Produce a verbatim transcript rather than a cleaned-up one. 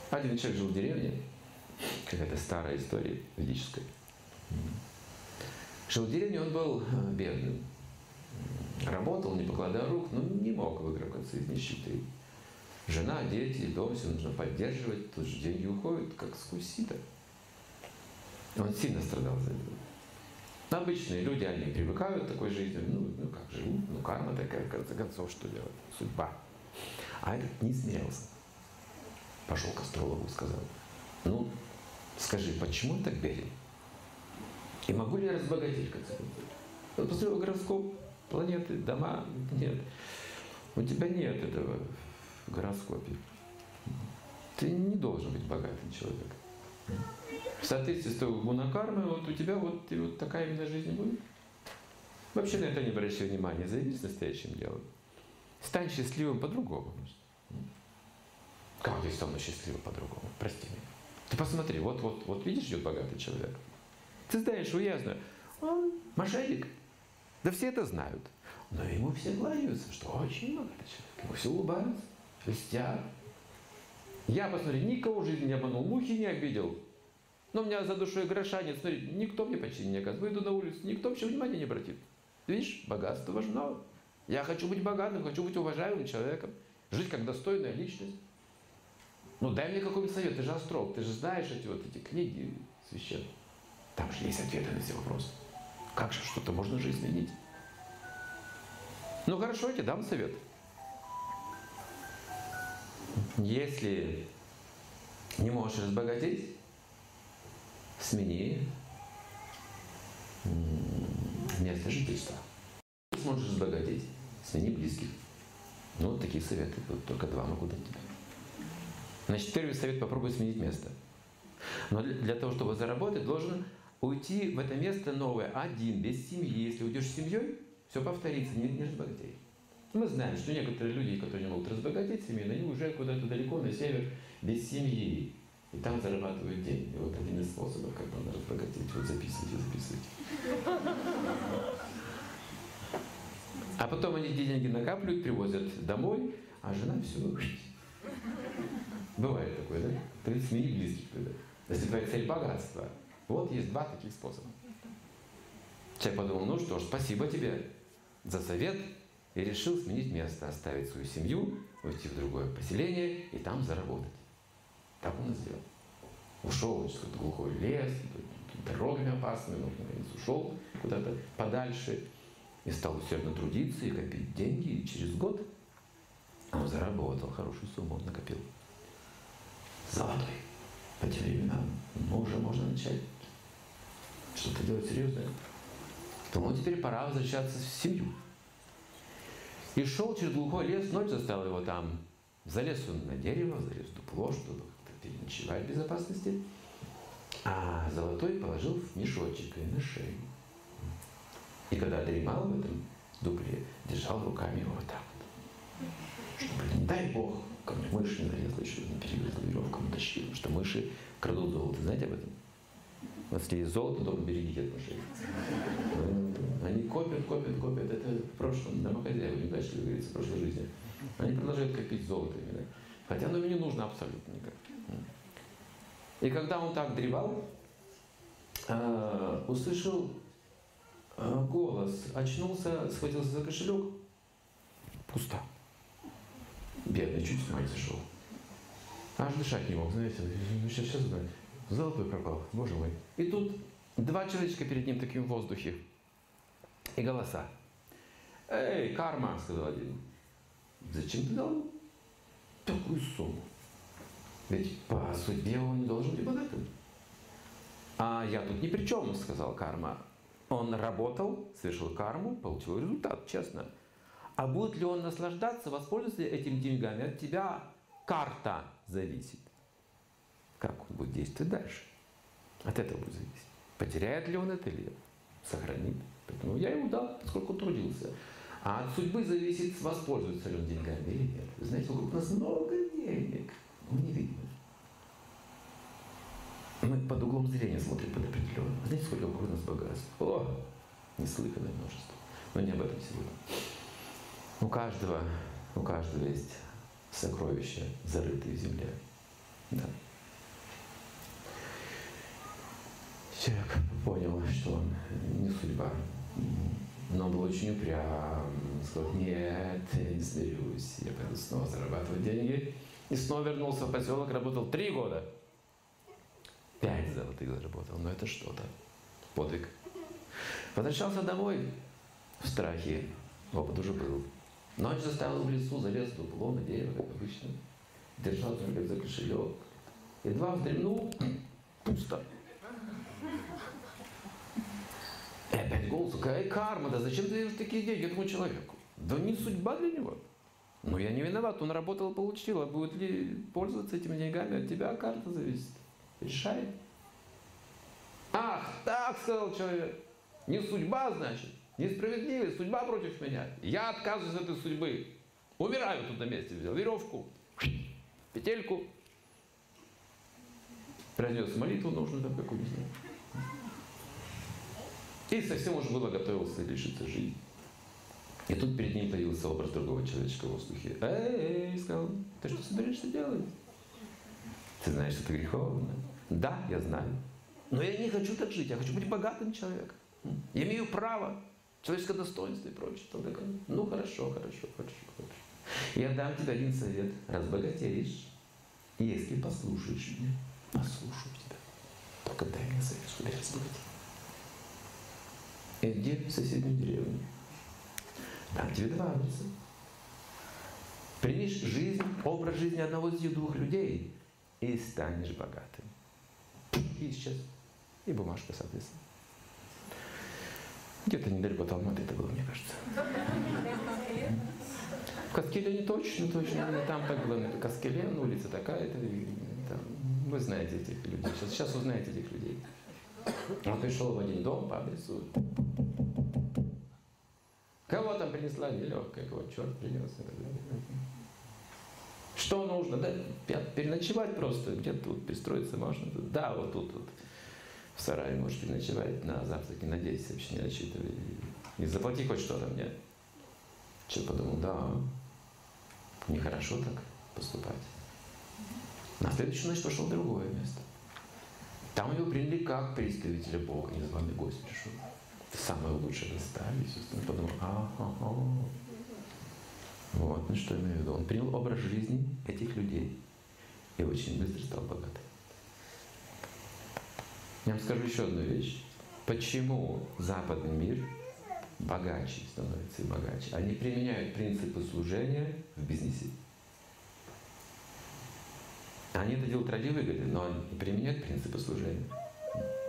Один человек жил в деревне, какая-то старая история ведическая. Жил в деревне, он был бедным. Работал, не покладая рук, но не мог выкарабкаться из нищеты. Жена, дети, дом, все нужно поддерживать, тут же деньги уходят, как сквозь сито. Он сильно страдал за это. Обычные люди, они привыкают к такой жизни, ну, ну как живут, ну карма такая, в конце концов, что делать, судьба. А этот не смирился. Пошел к астрологу и сказал: ну, скажи, почему он так беден? И могу ли я разбогатеть в конце концов? Вот посмотрел гороскоп, планеты, дома, нет. У тебя нет этого в гороскопе. Ты не должен быть богатым человеком. В соответствии с той гунакармой, вот у тебя вот, и вот такая именно жизнь будет. Вообще на это не обращай внимания, займись настоящим делом. Стань счастливым по-другому. Как я стану счастливым по-другому? Прости меня. Ты посмотри, вот, вот, вот видишь, идет богатый человек. Ты знаешь, что я знаю, он мошенник. Да все это знают. Но ему все кланяются, что очень богатый человек. Ему все улыбаются, льстят. Я, посмотри, никого в жизни не обманул, мухи не обидел. Но у меня за душой гроша нет. Смотри, никто мне почти не оказывает. Выйду на улицу, никто вообще внимания не обратит. Видишь, богатство важно. Я хочу быть богатым, хочу быть уважаемым человеком. Жить как достойная личность. Ну дай мне какой-нибудь совет, ты же астролог, ты же знаешь эти вот эти книги священные. Там же есть ответы на все вопросы. Как же что-то можно же изменить? Ну хорошо, я тебе дам совет. Если не можешь разбогатеть, смени место жительства. Ты сможешь разбогатеть, смени близких. Ну вот такие советы, вот только два могу дать тебе. Значит, первый совет: попробуй сменить место. Но для, для того, чтобы заработать, должен уйти в это место новое, один, без семьи. Если уйдешь с семьей, все повторится, не, не разбогатей. Мы знаем, что некоторые люди, которые не могут разбогатеть семейно, они уезжают куда-то далеко, на север, без семьи. И там зарабатывают деньги. Вот один из способов, как можно разбогатеть. Вот записывайте, записывайте. А потом они эти деньги накапливают, привозят домой, а жена все. Бывает такое, да? Ты смени близких тогда. Если твоя цель богатство. Вот есть два таких способа. Человек подумал: ну что ж, спасибо тебе за совет. И решил сменить место, оставить свою семью, уйти в другое поселение и там заработать. Так он и сделал. Ушел в какой-то глухой лес, дорогами опасными, но наконец ушел куда-то подальше и стал усердно трудиться и копить деньги. И через год он заработал хорошую сумму, он накопил. Золотой. По тем временам, ну, уже можно начать что-то делать серьезное. Тому теперь пора возвращаться в семью. И шел через глухой лес, ночь застала его там. Залез он на дерево, залез в дупло, чтобы как-то переночевать в безопасности. А золотой положил в мешочек и на шею. И когда дремал в этом дупле, держал руками его вот так вот. Чтобы, не дай Бог, ко мне мышь не залезла, еще не перегрызла веревку, не тащила. Потому что мыши крадут золото. Знаете об этом? Вот если есть золото, дома берегите от мышей. Они копят, копят, копят. Это в прошлом, домохозяева, не удачливо говорится, в прошлой жизни. Они продолжают копить золото именно. Хотя оно им не нужно абсолютно никак. И когда он так древал, услышал голос, очнулся, схватился за кошелек. Пусто. Бедный, чуть с ума не сошел. Аж дышать не мог, знаете. Ну, сейчас, сейчас, золотой пропал, боже мой. И тут два человечка перед ним таким в воздухе. И голоса. «Эй, карма!» — сказал один. «Зачем ты дал такую сумму? Ведь по судьбе он не должен быть богатым». «А я тут ни при чем», — сказал карма. «Он работал, совершил карму, получил результат, честно. А будет ли он наслаждаться, воспользоваться этими деньгами, от тебя карта зависит. Как он будет действовать дальше? От этого будет зависеть. Потеряет ли он это или сохранит. Поэтому я ему дал, поскольку он трудился. А от судьбы зависит, воспользуется ли он деньгами или нет. Вы знаете, вокруг нас много денег, но не видно. Мы под углом зрения смотрим под определенным. Знаете, сколько вокруг нас богатств? О, неслыханное множество. Но не об этом сегодня. У каждого, у каждого есть сокровища, зарытые в земле. Да. Человек понял, что он не судьба, но он был очень упрям. Сказал: нет, я не смирюсь, я пойду снова зарабатывать деньги. И снова вернулся в поселок, работал три года. Пять золотых заработал, но это что-то. Подвиг. Возвращался домой в страхе. Опыт уже был. Ночь заставил в лесу, залез в дупло на дерево, как обычно. Держал только за кошелек. Едва вздремнул, пусто. И опять голос: какая карма, да зачем ты даешь такие деньги этому человеку? Да не судьба для него. Но я не виноват, он работал и получил, а будет ли пользоваться этими деньгами, от тебя карта зависит. Решай. Ах, так, сказал человек. Не судьба, значит. Несправедливость, судьба против меня. Я отказываюсь от этой судьбы. Умираю тут на месте. Взял веревку, петельку. Разнес молитву нужную там какую-нибудь. И совсем уже было готовился лишиться жизни. И тут перед ним появился образ другого человечка в воздухе. Эй, сказал, ты что собираешься делать? Ты знаешь, что это греховно. Да, я знаю. Но я не хочу так жить, я хочу быть богатым человеком. Я имею право, человеческое достоинство и прочее. Ну хорошо, хорошо, хорошо, хорошо. Я дам тебе один совет. Разбогатеешь, если послушаешь меня. Послушаю тебя. Только дай мне совет, чтобы я разбогател. Иди в соседнюю деревню. Там тебе два адреса. Примешь жизнь, образ жизни одного из этих двух людей и станешь богатым. И исчез. И бумажка, соответственно. Где-то недалеко от Алматы это было, мне кажется. В Каскелене точно, точно. Там так было. Каскелен, улица такая-то. Вы знаете этих людей. Сейчас, сейчас узнаете этих людей. Он пришел в один дом по адресу. Кого там принесла нелегкая, кого черт принес. Что нужно? Да, переночевать просто. Где-то тут пристроиться можно. Да, вот тут, тут. В сарае можешь переночевать, на завтраке, надеюсь, вообще не рассчитывай. И заплати хоть что-то мне. Человек подумал, да, нехорошо так поступать. На следующую ночь пошел в другое место. Там его приняли как представителя Бога, незваный гость пришел. Самое лучшее достали. Он подумал, ага, вот, ну что я имею в виду. Он принял образ жизни этих людей и очень быстро стал богатым. Я вам скажу еще одну вещь. Почему западный мир богаче становится и богаче? Они применяют принципы служения в бизнесе. Они это делают ради выгоды, но они применяют принципы служения.